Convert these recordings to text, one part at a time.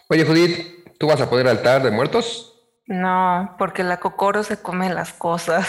Oye, Judith, ¿tú vas a poner altar de muertos? No, porque la Cocoro se come las cosas.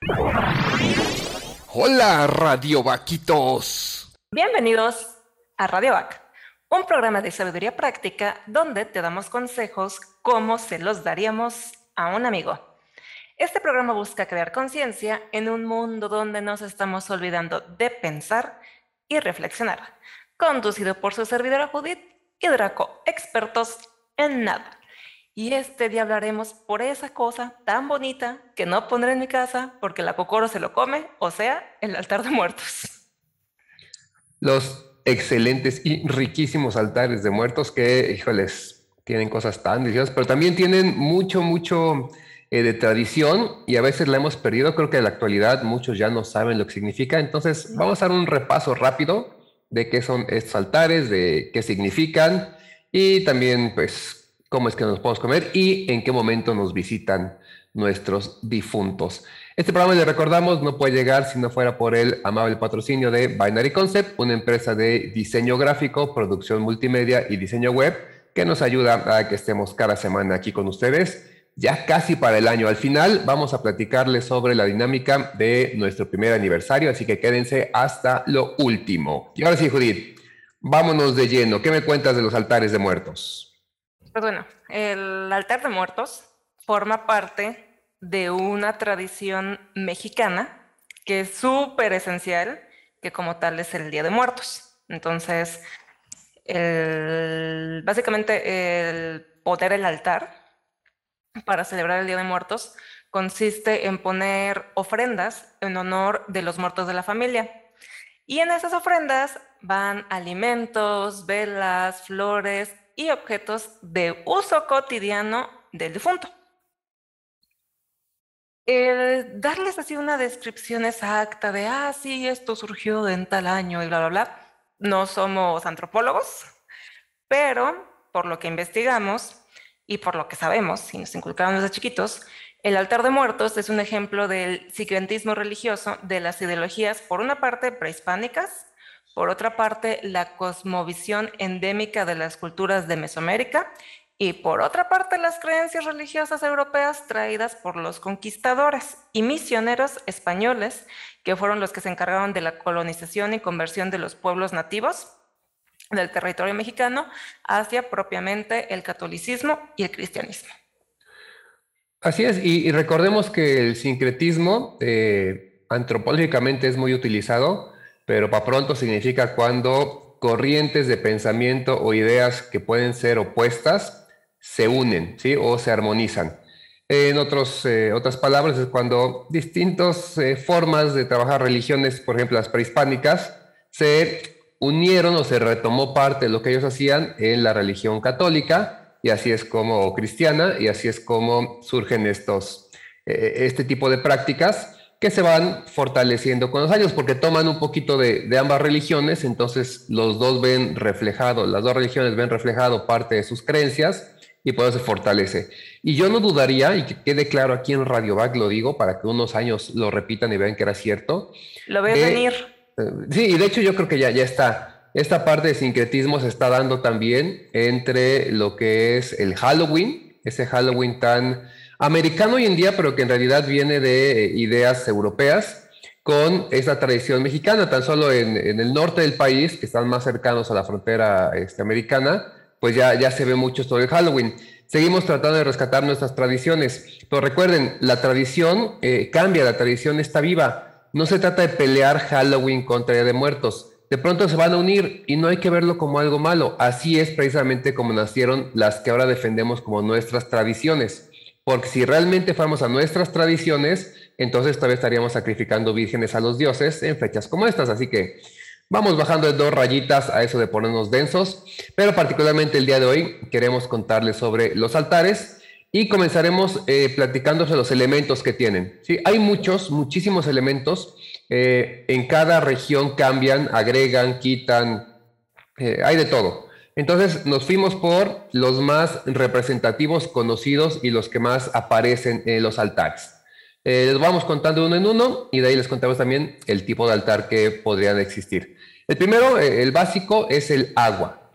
Hola, radiovaquitos. Bienvenidos a Radio Vac, un programa de sabiduría práctica donde te damos consejos como se los daríamos a un amigo. Este programa busca crear conciencia en un mundo donde nos estamos olvidando de pensar y reflexionar. Conducido por su servidora Judith y Draco, expertos en nada. Y este día hablaremos por esa cosa tan bonita que no pondré en mi casa porque la Cocoro se lo come, o sea, el altar de muertos. Los excelentes y riquísimos altares de muertos que, híjoles, tienen cosas tan deliciosas, pero también tienen mucho de tradición y a veces la hemos perdido. Creo que en la actualidad muchos ya no saben lo que significa. Entonces, No. vamos a dar un repaso rápido de qué son estos altares, de qué significan y también, pues, cómo es que nos podemos comer y en qué momento nos visitan nuestros difuntos. Este programa, le recordamos, no puede llegar si no fuera por el amable patrocinio de Binary Concept, una empresa de diseño gráfico, producción multimedia y diseño web que nos ayuda a que estemos cada semana aquí con ustedes, ya casi para el año. Al final vamos a platicarles sobre la dinámica de nuestro primer aniversario, así que quédense hasta lo último. Y ahora sí, Judith, vámonos de lleno. ¿Qué me cuentas de los altares de muertos? Pues bueno, el altar de muertos forma parte de una tradición mexicana que es súper esencial, que como tal es el Día de Muertos. Entonces, básicamente el poner el altar para celebrar el Día de Muertos consiste en poner ofrendas en honor de los muertos de la familia. Y en esas ofrendas van alimentos, velas, flores y objetos de uso cotidiano del difunto. El darles así una descripción exacta de, sí, esto surgió en tal año y bla, bla, bla, no somos antropólogos, pero por lo que investigamos y por lo que sabemos y nos inculcaron desde chiquitos, el altar de muertos es un ejemplo del sincretismo religioso de las ideologías, por una parte, prehispánicas, por otra parte, la cosmovisión endémica de las culturas de Mesoamérica y por otra parte, las creencias religiosas europeas traídas por los conquistadores y misioneros españoles, que fueron los que se encargaron de la colonización y conversión de los pueblos nativos del territorio mexicano hacia propiamente el catolicismo y el cristianismo. Así es, y recordemos que el sincretismo antropológicamente es muy utilizado, pero para pronto significa cuando corrientes de pensamiento o ideas que pueden ser opuestas se unen, ¿sí? O se armonizan. En otras palabras, es cuando distintas formas de trabajar religiones, por ejemplo las prehispánicas, se unieron o se retomó parte de lo que ellos hacían en la religión católica, y así es como cristiana, y así es como surgen este tipo de prácticas que se van fortaleciendo con los años, porque toman un poquito de ambas religiones. Entonces los dos ven reflejado, las dos religiones ven reflejado parte de sus creencias, y por eso se fortalece. Y yo no dudaría, y que quede claro aquí en Radio Back, lo digo para que unos años lo repitan y vean que era cierto, ¿Lo ves venir? que sí, y de hecho yo creo que ya está. Esta parte de sincretismo se está dando también entre lo que es el Halloween, ese Halloween tan americano hoy en día, pero que en realidad viene de ideas europeas, con esa tradición mexicana. Tan solo en el norte del país, que están más cercanos a la frontera americana, pues ya se ve mucho esto del Halloween. Seguimos tratando de rescatar nuestras tradiciones, pero recuerden, la tradición cambia, la tradición está viva. No se trata de pelear Halloween contra Día de Muertos. De pronto se van a unir y no hay que verlo como algo malo. Así es precisamente como nacieron las que ahora defendemos como nuestras tradiciones. Porque si realmente fuéramos a nuestras tradiciones, entonces todavía estaríamos sacrificando vírgenes a los dioses en fechas como estas. Así que vamos bajando de 2 rayitas a eso de ponernos densos. Pero particularmente el día de hoy queremos contarles sobre los altares. Y comenzaremos platicando sobre los elementos que tienen. ¿Sí? Hay muchísimos elementos. En cada región cambian, agregan, quitan, hay de todo. Entonces nos fuimos por los más representativos, conocidos y los que más aparecen en los altares. Les vamos contando uno en uno y de ahí les contamos también el tipo de altar que podrían existir. El primero, el básico, es el agua.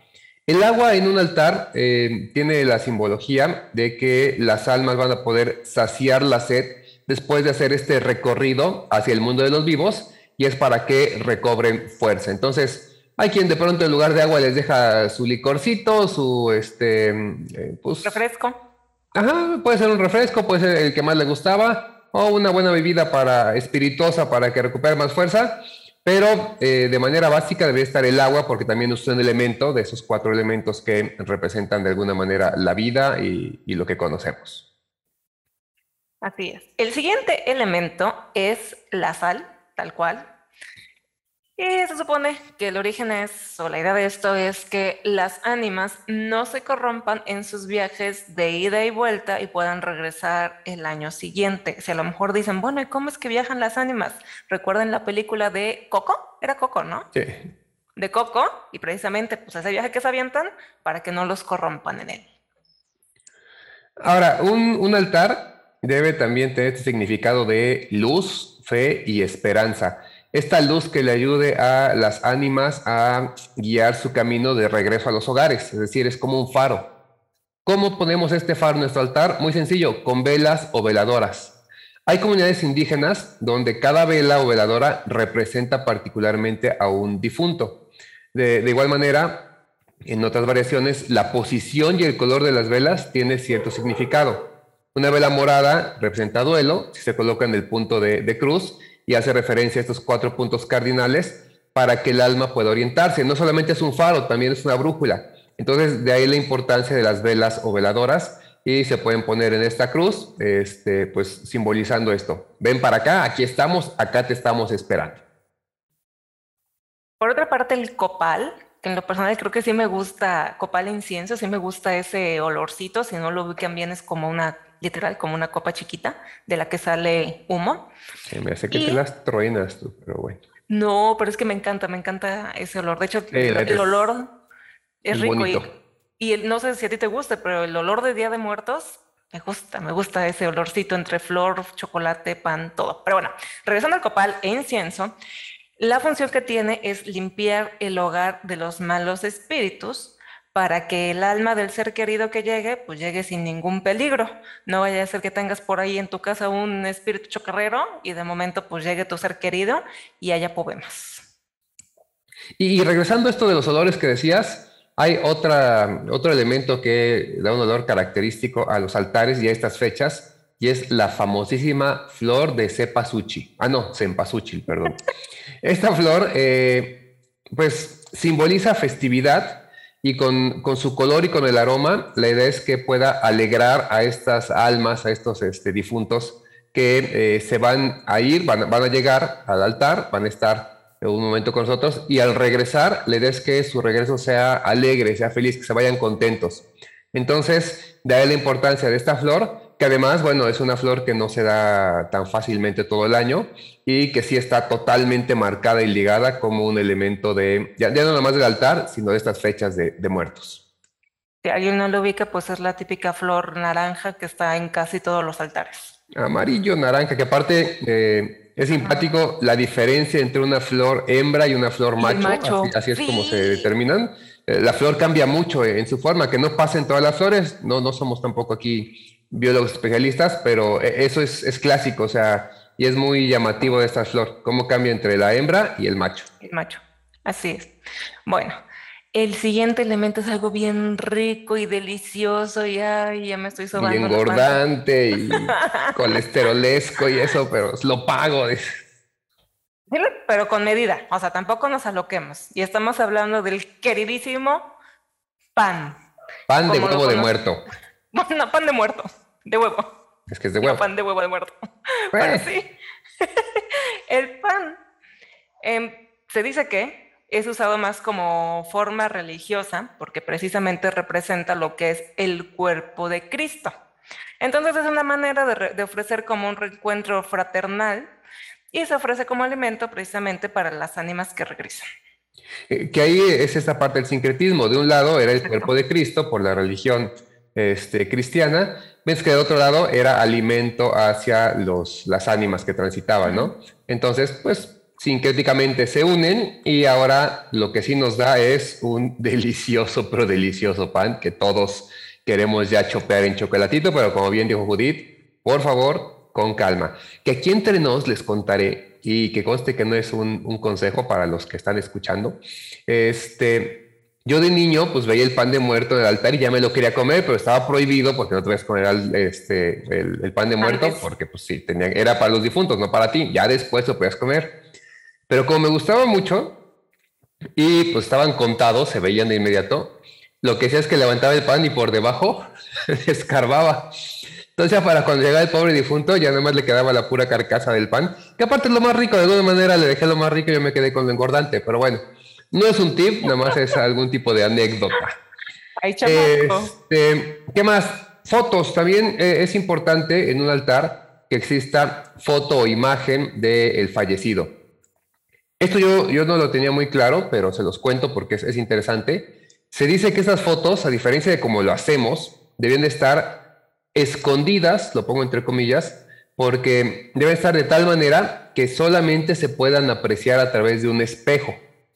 El agua en un altar tiene la simbología de que las almas van a poder saciar la sed después de hacer este recorrido hacia el mundo de los vivos, y es para que recobren fuerza. Entonces, hay quien de pronto en lugar de agua les deja su licorcito, su pues, refresco. ajá, puede ser un refresco, puede ser el que más le gustaba, o una buena bebida espirituosa para que recupere más fuerza. Pero de manera básica debe estar el agua, porque también es un elemento de esos 4 elementos que representan de alguna manera la vida y lo que conocemos. Así es. El siguiente elemento es la sal, tal cual. Y se supone que el origen o la idea de esto es que las ánimas no se corrompan en sus viajes de ida y vuelta y puedan regresar el año siguiente. Si a lo mejor dicen, bueno, ¿y cómo es que viajan las ánimas? Recuerden la película de Coco, era Coco, ¿no? Sí. De Coco, y precisamente pues ese viaje que se avientan para que no los corrompan en él. Ahora, un altar debe también tener este significado de luz, fe y esperanza. Esta luz que le ayude a las ánimas a guiar su camino de regreso a los hogares, es decir, es como un faro. ¿Cómo ponemos este faro en nuestro altar? Muy sencillo, con velas o veladoras. Hay comunidades indígenas donde cada vela o veladora representa particularmente a un difunto. De igual manera, en otras variaciones, la posición y el color de las velas tiene cierto significado. Una vela morada representa duelo, si se coloca en el punto de cruz, y hace referencia a estos 4 puntos cardinales para que el alma pueda orientarse. No solamente es un faro, también es una brújula. Entonces, de ahí la importancia de las velas o veladoras, y se pueden poner en esta cruz, pues simbolizando esto. Ven para acá, aquí estamos, acá te estamos esperando. Por otra parte, el copal, que en lo personal creo que sí me gusta, copal e incienso, sí me gusta ese olorcito, si no lo ubican bien es como literal, como una copa chiquita de la que sale humo. Me hace que te las truenas tú, pero bueno. No, pero es que me encanta ese olor. De hecho, el olor es rico bonito. y no sé si a ti te gusta, pero el olor de Día de Muertos me gusta ese olorcito entre flor, chocolate, pan, todo. Pero bueno, regresando al copal e incienso, la función que tiene es limpiar el hogar de los malos espíritus para que el alma del ser querido que llegue, pues llegue sin ningún peligro. No vaya a ser que tengas por ahí en tu casa un espíritu chocarrero y de momento pues llegue tu ser querido y haya problemas. Y regresando a esto de los olores que decías, hay otro elemento que da un olor característico a los altares y a estas fechas, y es la famosísima flor de cempasúchil. Cempasúchil, perdón. Esta flor, pues, simboliza festividad, y con su color y con el aroma, la idea es que pueda alegrar a estas almas, a estos difuntos que se van a ir, van a llegar al altar, van a estar un momento con nosotros, y al regresar, la idea es que su regreso sea alegre, sea feliz, que se vayan contentos. Entonces, de ahí la importancia de esta flor, que además, bueno, es una flor que no se da tan fácilmente todo el año, y que sí está totalmente marcada y ligada como un elemento ya no nada más del altar, sino de estas fechas de muertos. Si alguien no lo ubica, pues es la típica flor naranja que está en casi todos los altares. Amarillo, naranja, que aparte es simpático la diferencia entre una flor hembra y una flor macho. Así es como se determinan. La flor cambia mucho en su forma, que no pasa en todas las flores. No somos tampoco aquí biólogos especialistas, pero eso es clásico, o sea, y es muy llamativo de esta flor, cómo cambia entre la hembra y el macho. El macho, así es. Bueno, el siguiente elemento es algo bien rico y delicioso y ay, ya me estoy sobando. Y engordante y colesterolesco y eso, pero lo pago. Pero con medida, o sea, tampoco nos aloquemos. Y estamos hablando del queridísimo pan. Pan de huevo de muerto. No, pan de muerto, de huevo. Es que es de huevo. No, pan de huevo de muerto. Pero sí, el pan se dice que es usado más como forma religiosa porque precisamente representa lo que es el cuerpo de Cristo. Entonces es una manera de ofrecer como un reencuentro fraternal y se ofrece como alimento precisamente para las ánimas que regresan. Que ahí es esta parte del sincretismo. De un lado era el cuerpo de Cristo por la religión cristiana, ves que de otro lado era alimento hacia las ánimas que transitaban, ¿no? Entonces, pues sincréticamente se unen y ahora lo que sí nos da es un delicioso, pero delicioso pan que todos queremos ya chopear en chocolatito, pero como bien dijo Judith, por favor, con calma. Que aquí entre nos les contaré, y que conste que no es un consejo para los que están escuchando, yo de niño pues veía el pan de muerto en el altar y ya me lo quería comer, pero estaba prohibido porque no te puedes comer el pan de muerto, Antes. porque pues sí, era para los difuntos, no para ti. Ya después lo podías comer. Pero como me gustaba mucho y pues estaban contados, se veían de inmediato, lo que hacía es que levantaba el pan y por debajo escarbaba. Entonces, ya para cuando llegaba el pobre difunto, ya nada más le quedaba la pura carcasa del pan, que aparte es lo más rico, de alguna manera le dejé lo más rico y yo me quedé con lo engordante, pero bueno, no es un tip, nada más es algún tipo de anécdota. Ay, chamaco. ¿Qué más? Fotos, también es importante en un altar que exista foto o imagen del fallecido. Esto yo no lo tenía muy claro, pero se los cuento porque es interesante. Se dice que esas fotos, a diferencia de cómo lo hacemos, deben de estar escondidas, lo pongo entre comillas, porque deben estar de tal manera que solamente se puedan apreciar a través de un espejo.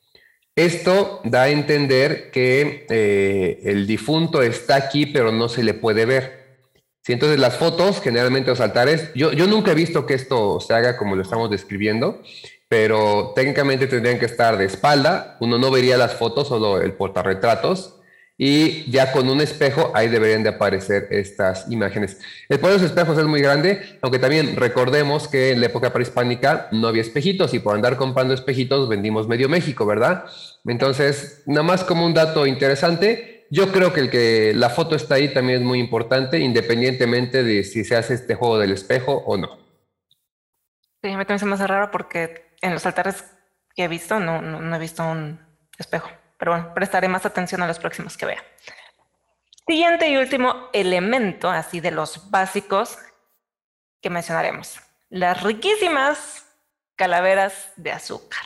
Esto da a entender que el difunto está aquí, pero no se le puede ver. Sí, entonces las fotos, generalmente los altares, yo nunca he visto que esto se haga como lo estamos describiendo, pero técnicamente tendrían que estar de espalda, uno no vería las fotos, solo el portarretratos, y ya con un espejo ahí deberían de aparecer estas imágenes. El poder de los espejos es muy grande, aunque también recordemos que en la época prehispánica no había espejitos y por andar comprando espejitos vendimos medio México, ¿verdad? Entonces, nada más como un dato interesante, yo creo que el que la foto está ahí también es muy importante, independientemente de si se hace este juego del espejo o no. Sí, a mí también se me hace raro porque en los altares que he visto no he visto un espejo. Pero bueno, prestaré más atención a los próximos que vea. Siguiente y último elemento, así de los básicos que mencionaremos. Las riquísimas calaveras de azúcar.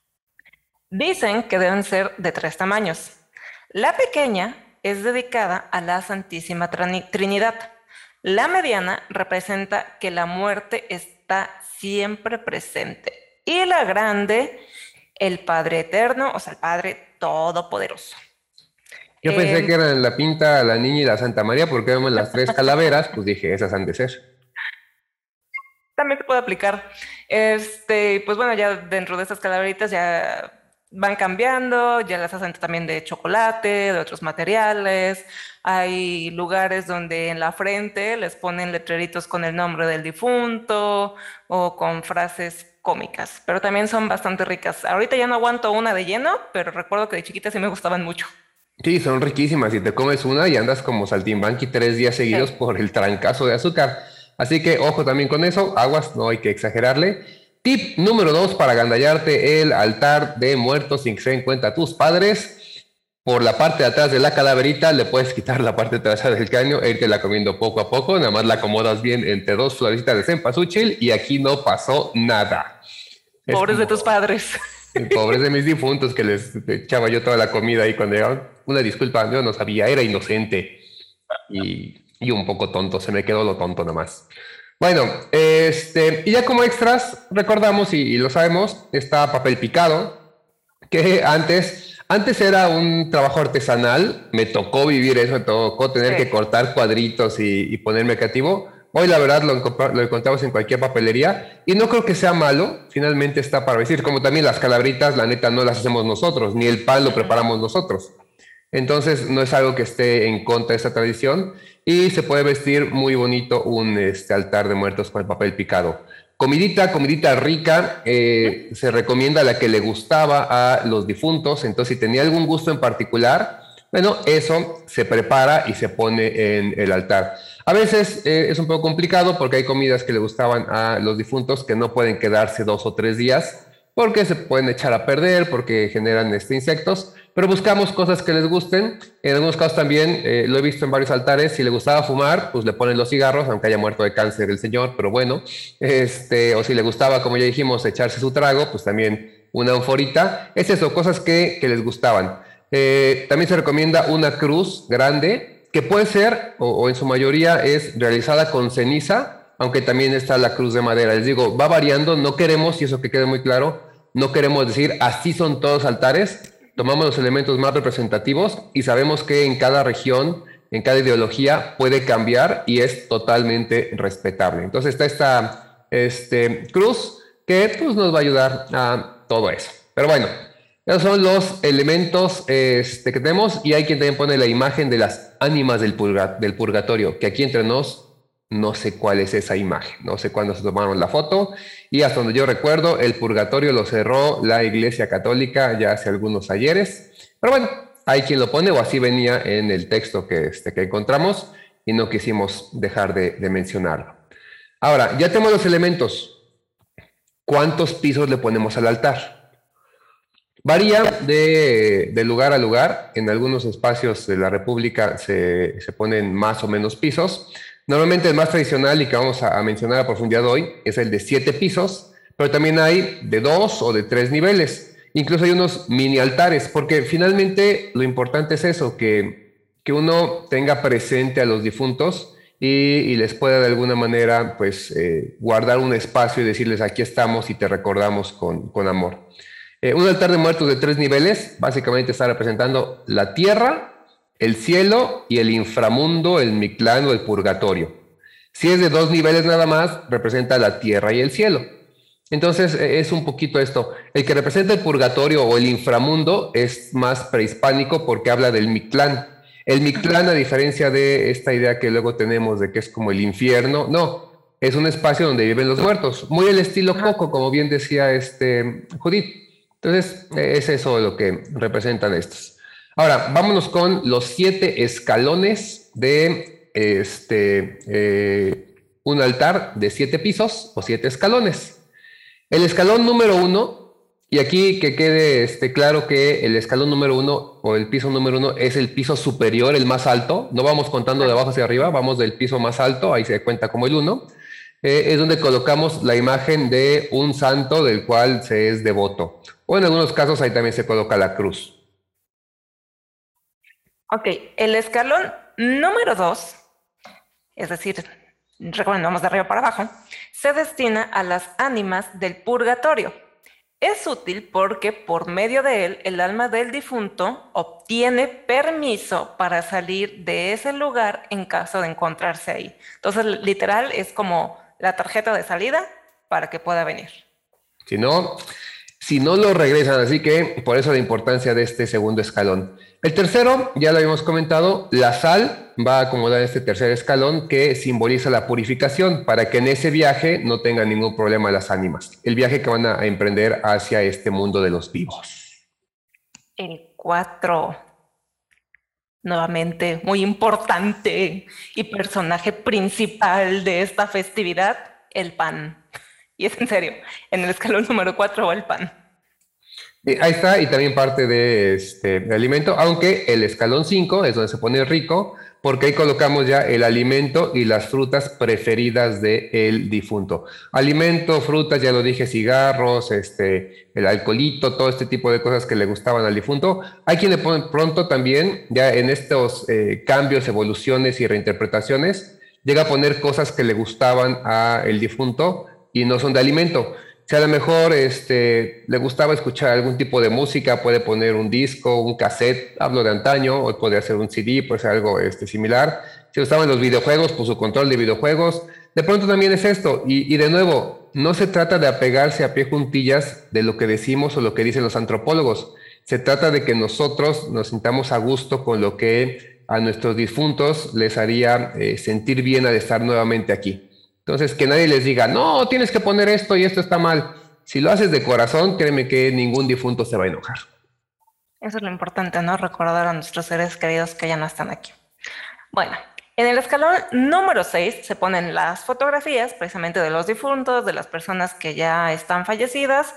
Dicen que deben ser de 3 tamaños. La pequeña es dedicada a la Santísima Trinidad. La mediana representa que la muerte está siempre presente. Y la grande, el Padre Eterno, o sea, el Padre Todopoderoso. Yo pensé que eran la Pinta, la Niña y la Santa María, porque vemos las 3 calaveras, pues dije, esas han de ser. También se puede aplicar. Pues bueno, ya dentro de estas calaveritas ya van cambiando, ya las hacen también de chocolate, de otros materiales. Hay lugares donde en la frente les ponen letreritos con el nombre del difunto o con frases cómicas, pero también son bastante ricas. Ahorita ya no aguanto una de lleno, pero recuerdo que de chiquita sí me gustaban mucho. Sí, son riquísimas. Y te comes una y andas como saltimbanqui 3 días seguidos por el trancazo de azúcar. Así que ojo también con eso, aguas, no hay que exagerarle. Tip número 2 para agandallarte el altar de muertos sin que se den cuenta tus padres. Por la parte de atrás de la calaverita le puedes quitar la parte trasera del cráneo e irte la comiendo poco a poco. Nada más la acomodas bien entre 2 florecitas de cempasúchil y aquí no pasó nada. Pobres de tus padres. Pobres de mis difuntos que les echaba yo toda la comida ahí cuando llegaban. Una disculpa, yo no sabía, era inocente y un poco tonto, se me quedó lo tonto nomás. Bueno, y ya como extras, recordamos y lo sabemos, está papel picado, que antes era un trabajo artesanal, me tocó vivir eso, me tocó tener que cortar cuadritos y ponerme creativo. Hoy la verdad lo encontramos en cualquier papelería y no creo que sea malo, finalmente está para vestir, como también las calabritas, la neta no las hacemos nosotros, ni el pan lo preparamos nosotros. Entonces no es algo que esté en contra de esta tradición y se puede vestir muy bonito un altar de muertos con el papel picado. Comidita rica, se recomienda la que le gustaba a los difuntos, entonces si tenía algún gusto en particular, bueno, eso se prepara y se pone en el altar. A veces es un poco complicado porque hay comidas que le gustaban a los difuntos que no pueden quedarse 2 o 3 días porque se pueden echar a perder, porque generan insectos, pero buscamos cosas que les gusten. En algunos casos también, lo he visto en varios altares, si le gustaba fumar, pues le ponen los cigarros, aunque haya muerto de cáncer el señor, pero bueno, o si le gustaba, como ya dijimos, echarse su trago, pues también una anforita. Es eso, cosas que les gustaban. También se recomienda una cruz grande, que puede ser, o en su mayoría es realizada con ceniza, aunque también está la cruz de madera. Les digo, va variando, no queremos, y eso que quede muy claro, no queremos decir así son todos los altares, tomamos los elementos más representativos y sabemos que en cada región, en cada ideología puede cambiar y es totalmente respetable. Entonces está esta cruz que pues, nos va a ayudar a todo eso. Pero bueno, esos son los elementos que tenemos y hay quien también pone la imagen de las ánimas del purgatorio, que aquí entre nos no sé cuál es esa imagen, no sé cuándo se tomaron la foto y hasta donde yo recuerdo el purgatorio lo cerró la Iglesia Católica ya hace algunos ayeres, pero bueno, hay quien lo pone o así venía en el texto que encontramos y no quisimos dejar de mencionarlo. Ahora, ya tenemos los elementos. ¿Cuántos pisos le ponemos al altar? Varía de lugar a lugar. En algunos espacios de la República se ponen más o menos pisos. Normalmente el más tradicional y que vamos a mencionar a profundidad hoy es el de 7 pisos, pero también hay de 2 o de 3 niveles. Incluso hay unos mini altares, porque finalmente lo importante es eso, que uno tenga presente a los difuntos y les pueda de alguna manera pues, guardar un espacio y decirles aquí estamos y te recordamos con amor. Un altar de muertos de 3 niveles básicamente está representando la tierra, el cielo y el inframundo, el Mictlán o el purgatorio. Si es de 2 niveles nada más, representa la tierra y el cielo. Entonces es un poquito esto. El que representa el purgatorio o el inframundo es más prehispánico porque habla del Mictlán. El Mictlán, a diferencia de esta idea que luego tenemos de que es como el infierno, no, es un espacio donde viven los muertos, muy el estilo Coco, como bien decía Judith. Entonces es eso lo que representan estos. Ahora, vámonos con los 7 escalones de un altar de 7 pisos o 7 escalones. El escalón número 1, y aquí que quede claro que el escalón número 1 o el piso número 1 es el piso superior, el más alto. No vamos contando de abajo hacia arriba, vamos del piso más alto, ahí se cuenta como el 1. Es donde colocamos la imagen de un santo del cual se es devoto. O en algunos casos ahí también se coloca la cruz. Ok, el escalón número 2, es decir, recuerden, vamos de arriba para abajo, se destina a las ánimas del purgatorio. Es útil porque por medio de él el alma del difunto obtiene permiso para salir de ese lugar en caso de encontrarse ahí. Entonces, literal, es como la tarjeta de salida para que pueda venir. Si no lo regresan, así que por eso la importancia de este segundo escalón. El tercero, ya lo habíamos comentado, la sal va a acomodar este tercer escalón que simboliza la purificación para que en ese viaje no tengan ningún problema las ánimas. El viaje que van a emprender hacia este mundo de los vivos. El 4, nuevamente muy importante y personaje principal de esta festividad, el pan. Y es en serio, en el escalón número 4 va el pan. Ahí está, y también parte de alimento, aunque el escalón 5 es donde se pone rico, porque ahí colocamos ya el alimento y las frutas preferidas del difunto. Alimento, frutas, ya lo dije, cigarros, el alcoholito, todo este tipo de cosas que le gustaban al difunto. Hay quien le pone pronto también, ya en estos cambios, evoluciones y reinterpretaciones, llega a poner cosas que le gustaban al difunto y no son de alimento. Si a lo mejor le gustaba escuchar algún tipo de música, puede poner un disco, un cassette, hablo de antaño, o puede hacer un CD, puede ser algo similar. Si gustaban los videojuegos, pues su control de videojuegos. De pronto también es esto. Y de nuevo, no se trata de apegarse a pie juntillas de lo que decimos o lo que dicen los antropólogos. Se trata de que nosotros nos sintamos a gusto con lo que a nuestros difuntos les haría sentir bien al estar nuevamente aquí. Entonces, que nadie les diga, no, tienes que poner esto y esto está mal. Si lo haces de corazón, créeme que ningún difunto se va a enojar. Eso es lo importante, ¿no? Recordar a nuestros seres queridos que ya no están aquí. Bueno, en el escalón número 6 se ponen las fotografías precisamente de los difuntos, de las personas que ya están fallecidas.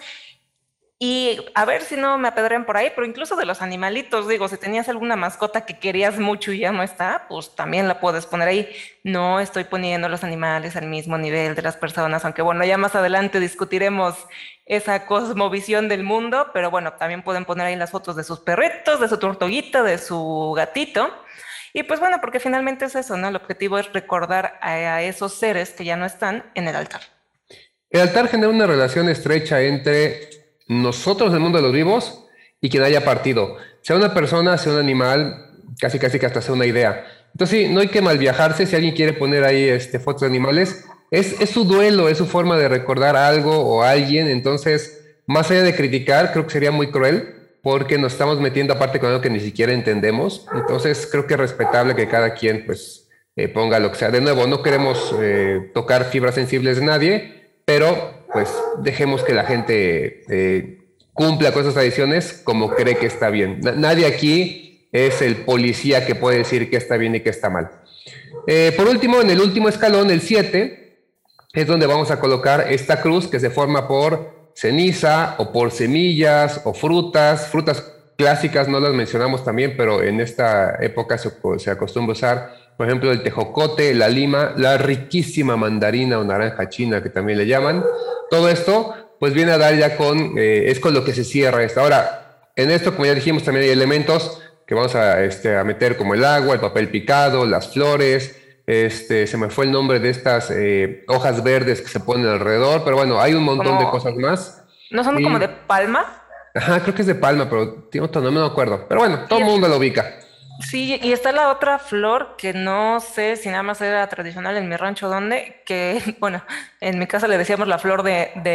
Y a ver si no me apedrean por ahí, pero incluso de los animalitos, digo, si tenías alguna mascota que querías mucho y ya no está, pues también la puedes poner ahí. No estoy poniendo los animales al mismo nivel de las personas, aunque bueno, ya más adelante discutiremos esa cosmovisión del mundo, pero bueno, también pueden poner ahí las fotos de sus perritos, de su tortuguita, de su gatito. Y pues bueno, porque finalmente es eso, ¿no? El objetivo es recordar a esos seres que ya no están en el altar. El altar genera una relación estrecha entre nosotros del mundo de los vivos y quien haya partido. Sea una persona, sea un animal, casi que hasta sea una idea. Entonces sí, no hay que mal viajarse. Si alguien quiere poner ahí fotos de animales, es su duelo, es su forma de recordar algo o a alguien. Entonces, más allá de criticar, creo que sería muy cruel porque nos estamos metiendo aparte con algo que ni siquiera entendemos. Entonces, creo que es respetable que cada quien pues ponga lo que sea. De nuevo, no queremos tocar fibras sensibles de nadie, pero pues dejemos que la gente cumpla con esas tradiciones como cree que está bien. Nadie aquí es el policía que puede decir que está bien y que está mal. Por último, en el último escalón, el 7, es donde vamos a colocar esta cruz que se forma por ceniza o por semillas o frutas clásicas, no las mencionamos también, pero en esta época se acostumbra usar, por ejemplo, el tejocote, la lima, la riquísima mandarina o naranja china que también le llaman. Todo esto pues viene a dar ya es con lo que se cierra esto. Ahora, en esto, como ya dijimos, también hay elementos que vamos a meter como el agua, el papel picado, las flores, se me fue el nombre de estas hojas verdes que se ponen alrededor, pero bueno, hay un montón de cosas más. ¿No son como de palma? Ajá, creo que es de palma, pero tiene otro nombre, no me acuerdo. Pero bueno, todo el mundo lo ubica. Sí, y está la otra flor que no sé si nada más era tradicional en mi rancho, ¿dónde? Que, bueno, en mi casa le decíamos la flor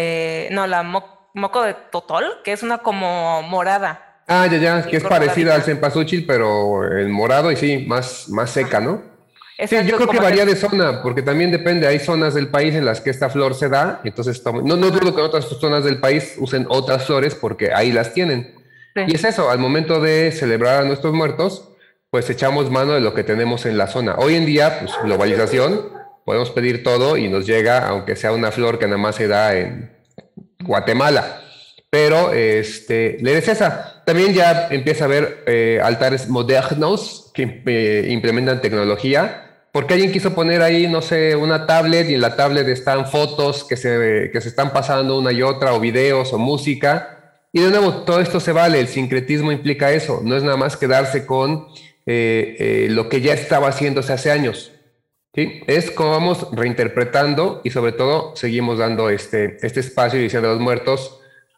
la moco de totol, que es una como morada. Ah, ya, que es parecida al cempasúchil, pero en morado y sí, más seca, ¿no? Sí, yo creo que varía de zona, porque también depende, hay zonas del país en las que esta flor se da, entonces no dudo que en otras zonas del país usen otras flores porque ahí las tienen. Sí. Y es eso, al momento de celebrar a nuestros muertos, pues echamos mano de lo que tenemos en la zona. Hoy en día, pues globalización, podemos pedir todo y nos llega, aunque sea una flor que nada más se da en Guatemala. Pero la idea es esa. También ya empieza a haber altares modernos que implementan tecnología, porque alguien quiso poner ahí, no sé, una tablet y en la tablet están fotos que se están pasando una y otra, o videos o música. Y de nuevo, todo esto se vale, el sincretismo implica eso, no es nada más quedarse con lo que ya estaba haciéndose hace años. ¿Sí? Es como vamos reinterpretando y sobre todo seguimos dando este espacio y diciendo a los muertos,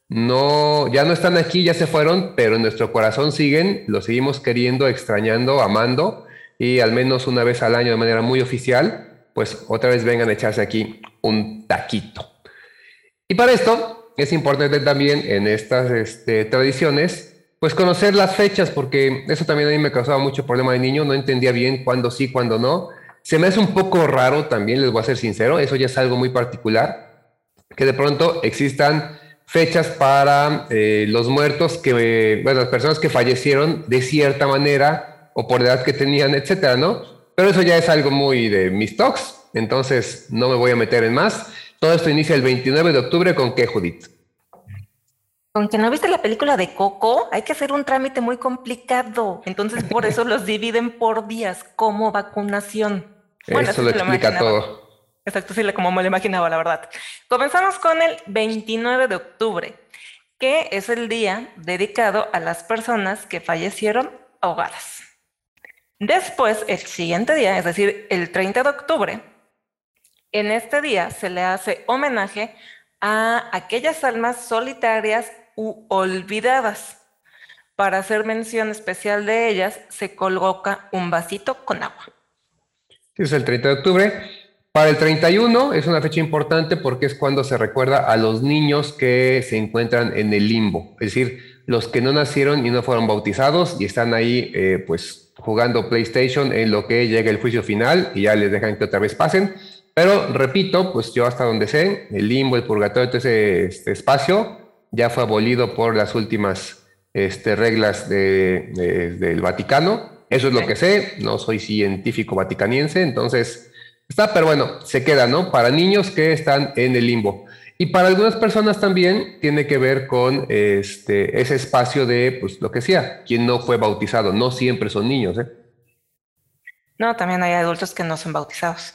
no, ya no están aquí, ya se fueron, pero en nuestro corazón siguen, los seguimos queriendo, extrañando, amando, y al menos una vez al año de manera muy oficial, pues otra vez vengan a echarse aquí un taquito. Y para esto es importante también en estas tradiciones, pues conocer las fechas, porque eso también a mí me causaba mucho problema de niño, no entendía bien cuándo sí, cuándo no. Se me hace un poco raro también, les voy a ser sincero, eso ya es algo muy particular, que de pronto existan fechas para los muertos las personas que fallecieron de cierta manera o por la edad que tenían, etcétera, ¿no? Pero eso ya es algo muy de mis talks, entonces no me voy a meter en más. Todo esto inicia el 29 de octubre ¿con qué, Judith? Con que no viste la película de Coco, hay que hacer un trámite muy complicado. Entonces, por eso los dividen por días, como vacunación. Bueno, eso lo explica todo. Exacto, sí, como me lo imaginaba, la verdad. Comenzamos con el 29 de octubre, que es el día dedicado a las personas que fallecieron ahogadas. Después, el siguiente día, es decir, el 30 de octubre, en este día se le hace homenaje a aquellas almas solitarias u olvidadas. Para hacer mención especial de ellas, se coloca un vasito con agua. Es el 30 de octubre. Para el 31 es una fecha importante porque es cuando se recuerda a los niños que se encuentran en el limbo, es decir, los que no nacieron y no fueron bautizados y están ahí pues jugando PlayStation en lo que llega el juicio final y ya les dejan que otra vez pasen. Pero repito, pues yo hasta donde sé, el limbo, el purgatorio, todo ese espacio ya fue abolido por las últimas reglas del Vaticano. Eso es lo que sé, no soy científico vaticaniense, entonces está, pero bueno, se queda, ¿no? Para niños que están en el limbo. Y para algunas personas también tiene que ver con ese espacio de, pues lo que sea, quien no fue bautizado, no siempre son niños, ¿eh? No, también hay adultos que no son bautizados.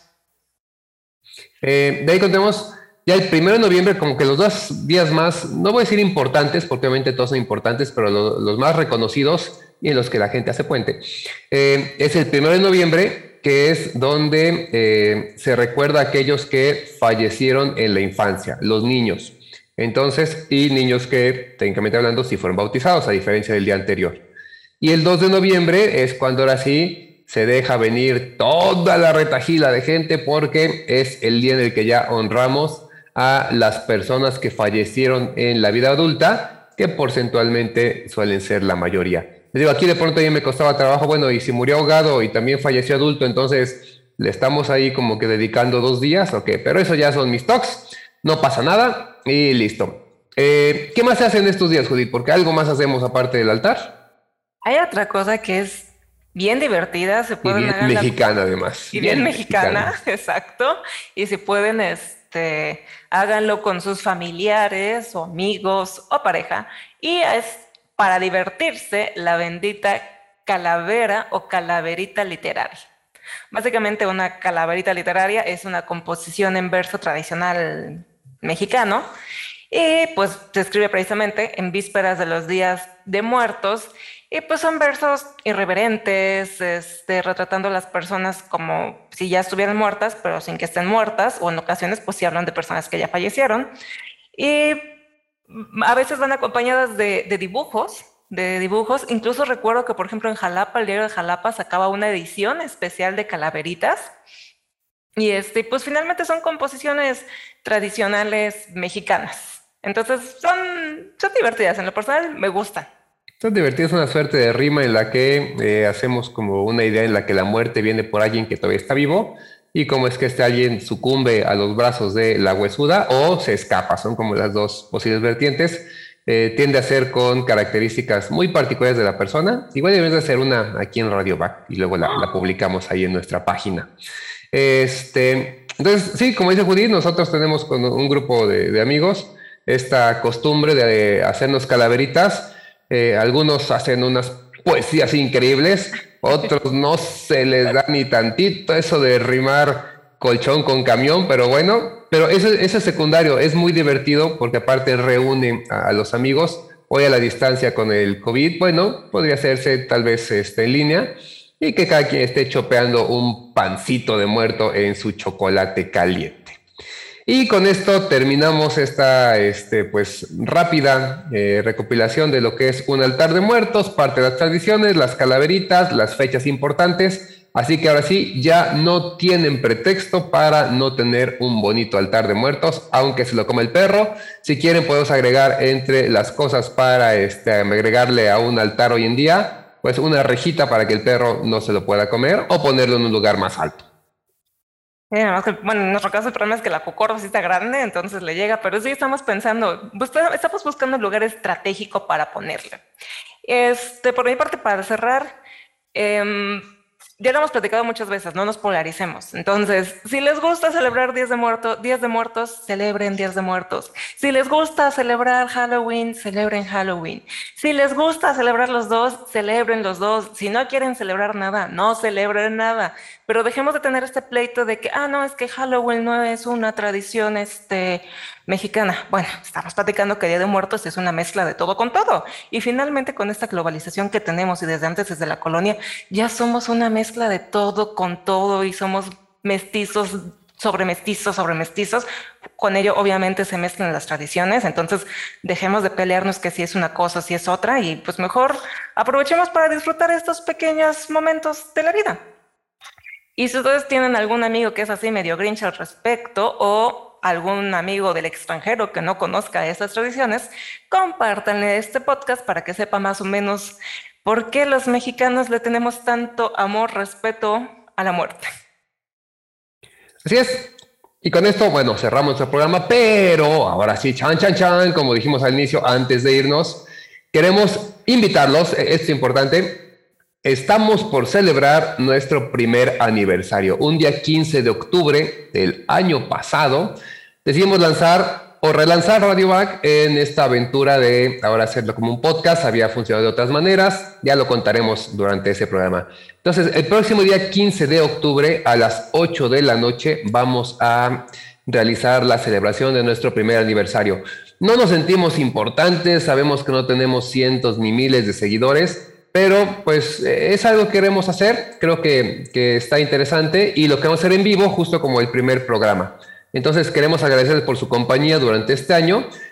De ahí contemos ya el 1 de noviembre, como que los 2 días más, no voy a decir importantes, porque obviamente todos son importantes, pero los más reconocidos y en los que la gente hace puente. Es el 1 de noviembre, que es donde se recuerda a aquellos que fallecieron en la infancia, los niños. Entonces, y niños que, técnicamente hablando, sí fueron bautizados, a diferencia del día anterior. Y el 2 de noviembre es cuando ahora sí se deja venir toda la retajila de gente porque es el día en el que ya honramos a las personas que fallecieron en la vida adulta, que porcentualmente suelen ser la mayoría. Les digo, aquí de pronto ya me costaba trabajo, bueno, y si murió ahogado y también falleció adulto, entonces le estamos ahí como que dedicando 2 días, ok, pero eso ya son mis talks, no pasa nada y listo. ¿Qué más se hace en estos días, Judith? Porque algo más hacemos aparte del altar. Hay otra cosa que es bien divertida, se Y pueden bien hagan mexicana además, y bien mexicana. mexicana, exacto, y si pueden, háganlo con sus familiares o amigos o pareja, y es para divertirse la bendita calavera o calaverita literaria. Básicamente una calaverita literaria es una composición en verso tradicional mexicano y pues se escribe precisamente en vísperas de los días de muertos y pues son versos irreverentes, retratando a las personas como si ya estuvieran muertas, pero sin que estén muertas, o en ocasiones pues sí hablan de personas que ya fallecieron. Y a veces van acompañadas de dibujos. Incluso recuerdo que, por ejemplo, en Jalapa, el diario de Jalapa sacaba una edición especial de calaveritas. Y pues finalmente son composiciones tradicionales mexicanas. Entonces son divertidas. En lo personal me gustan. Está divertido, es una suerte de rima en la que hacemos como una idea en la que la muerte viene por alguien que todavía está vivo y cómo es que este alguien sucumbe a los brazos de la huesuda o se escapa, son como las dos posibles vertientes. Tiende a ser con características muy particulares de la persona. Igual debemos de hacer una aquí en Radio Back y luego la publicamos ahí en nuestra página. Entonces, sí, como dice Judith, nosotros tenemos con un grupo de amigos esta costumbre de hacernos calaveritas. Algunos hacen unas poesías increíbles, otros no se les da ni tantito eso de rimar colchón con camión, pero bueno, pero ese es secundario, es muy divertido porque aparte reúne a los amigos. Hoy a la distancia con el COVID, bueno, podría hacerse tal vez en línea y que cada quien esté chopeando un pancito de muerto en su chocolate caliente. Y con esto terminamos esta pues, rápida recopilación de lo que es un altar de muertos, parte de las tradiciones, las calaveritas, las fechas importantes. Así que ahora sí, ya no tienen pretexto para no tener un bonito altar de muertos, aunque se lo come el perro. Si quieren, podemos agregar entre las cosas para agregarle a un altar hoy en día, pues una rejita para que el perro no se lo pueda comer o ponerlo en un lugar más alto. Además que, bueno, en nuestro caso el problema es que la cocorda sí está grande, entonces le llega, pero sí estamos pensando, estamos buscando un lugar estratégico para ponerle. Por mi parte, para cerrar, ya lo hemos platicado muchas veces, no nos polaricemos. Entonces, si les gusta celebrar días de muertos, celebren días de muertos. Si les gusta celebrar Halloween, celebren Halloween. Si les gusta celebrar los dos, celebren los dos. Si no quieren celebrar nada, no celebren nada. Pero dejemos de tener este pleito de que, no, es que Halloween no es una tradición, mexicana. Bueno, estamos platicando que Día de Muertos es una mezcla de todo con todo. Y finalmente con esta globalización que tenemos y desde antes, desde la colonia, ya somos una mezcla de todo con todo y somos mestizos sobre mestizos sobre mestizos. Con ello obviamente se mezclan las tradiciones, entonces dejemos de pelearnos que si es una cosa, si es otra y pues mejor aprovechemos para disfrutar estos pequeños momentos de la vida. Y si ustedes tienen algún amigo que es así medio grinch al respecto o algún amigo del extranjero que no conozca estas tradiciones, compártanle este podcast para que sepa más o menos por qué los mexicanos le tenemos tanto amor, respeto a la muerte. Así es. Y con esto, bueno, cerramos nuestro programa, pero ahora sí, chan, como dijimos al inicio, antes de irnos, queremos invitarlos, esto es importante. Estamos por celebrar nuestro primer aniversario. Un día 15 de octubre del año pasado, decidimos lanzar o relanzar Radio Back en esta aventura de ahora hacerlo como un podcast. Había funcionado de otras maneras, ya lo contaremos durante ese programa. Entonces, el próximo día 15 de octubre a las 8 de la noche vamos a realizar la celebración de nuestro primer aniversario. No nos sentimos importantes, sabemos que no tenemos cientos ni miles de seguidores, pero pues es algo que queremos hacer, creo que está interesante y lo queremos hacer en vivo justo como el primer programa. Entonces queremos agradecerles por su compañía durante este año.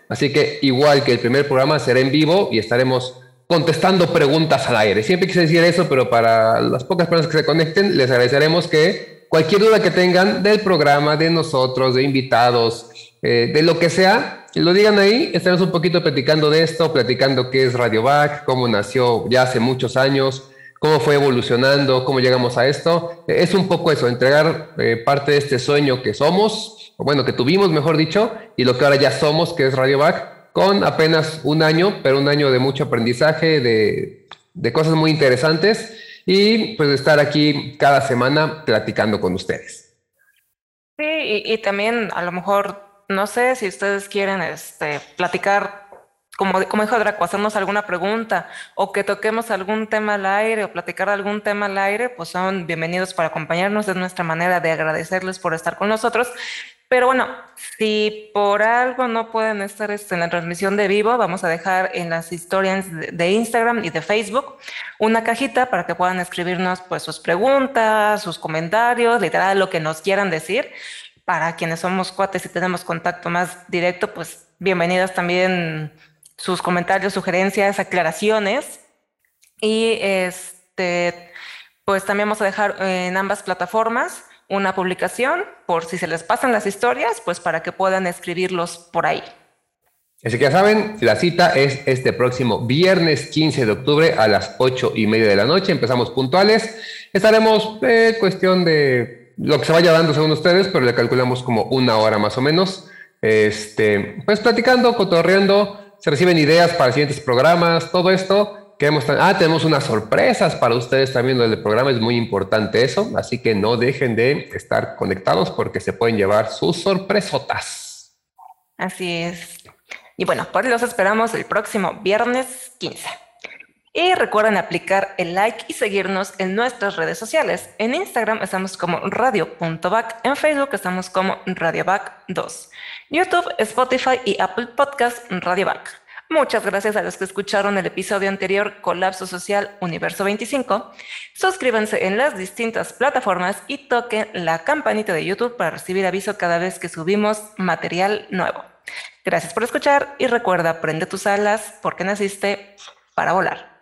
Así que igual que el primer programa será en vivo y estaremos contestando preguntas al aire. Siempre quise decir eso, pero para las pocas personas que se conecten, les agradeceremos que cualquier duda que tengan del programa, de nosotros, de invitados, de lo que sea, lo digan ahí. Estaremos un poquito platicando de esto, platicando qué es Radio Back, cómo nació ya hace muchos años, cómo fue evolucionando, cómo llegamos a esto. Es un poco eso, entregar parte de este sueño que somos, o bueno, que tuvimos, mejor dicho, y lo que ahora ya somos, que es Radio Back, con apenas un año, pero un año de mucho aprendizaje, de cosas muy interesantes, y pues de estar aquí cada semana platicando con ustedes. Sí, y también a lo mejor, no sé si ustedes quieren platicar, como dijo Draco, hacernos alguna pregunta o que toquemos algún tema al aire o platicar algún tema al aire, pues son bienvenidos para acompañarnos. Es nuestra manera de agradecerles por estar con nosotros. Pero bueno, si por algo no pueden estar en la transmisión de vivo, vamos a dejar en las historias de Instagram y de Facebook una cajita para que puedan escribirnos pues sus preguntas, sus comentarios, literal lo que nos quieran decir. Para quienes somos cuates y tenemos contacto más directo, pues bienvenidas también sus comentarios, sugerencias, aclaraciones. Y pues también vamos a dejar en ambas plataformas una publicación por si se les pasan las historias, pues para que puedan escribirlos por ahí. Así que ya saben, la cita es este próximo viernes 15 de octubre a las 8:30 de la noche. Empezamos puntuales. Estaremos cuestión de lo que se vaya dando según ustedes, pero le calculamos como una hora más o menos. Pues platicando, cotorreando, se reciben ideas para siguientes programas, todo esto. Tenemos unas sorpresas para ustedes también del programa, es muy importante eso, así que no dejen de estar conectados porque se pueden llevar sus sorpresotas. Así es. Y bueno, pues los esperamos el próximo viernes 15. Y recuerden aplicar el like y seguirnos en nuestras redes sociales. En Instagram estamos como radio.back, en Facebook estamos como radioback2, YouTube, Spotify y Apple Podcast Radio Back. Muchas gracias a los que escucharon el episodio anterior, Colapso Social Universo 25. Suscríbanse en las distintas plataformas y toquen la campanita de YouTube para recibir aviso cada vez que subimos material nuevo. Gracias por escuchar y recuerda, prende tus alas porque naciste para volar.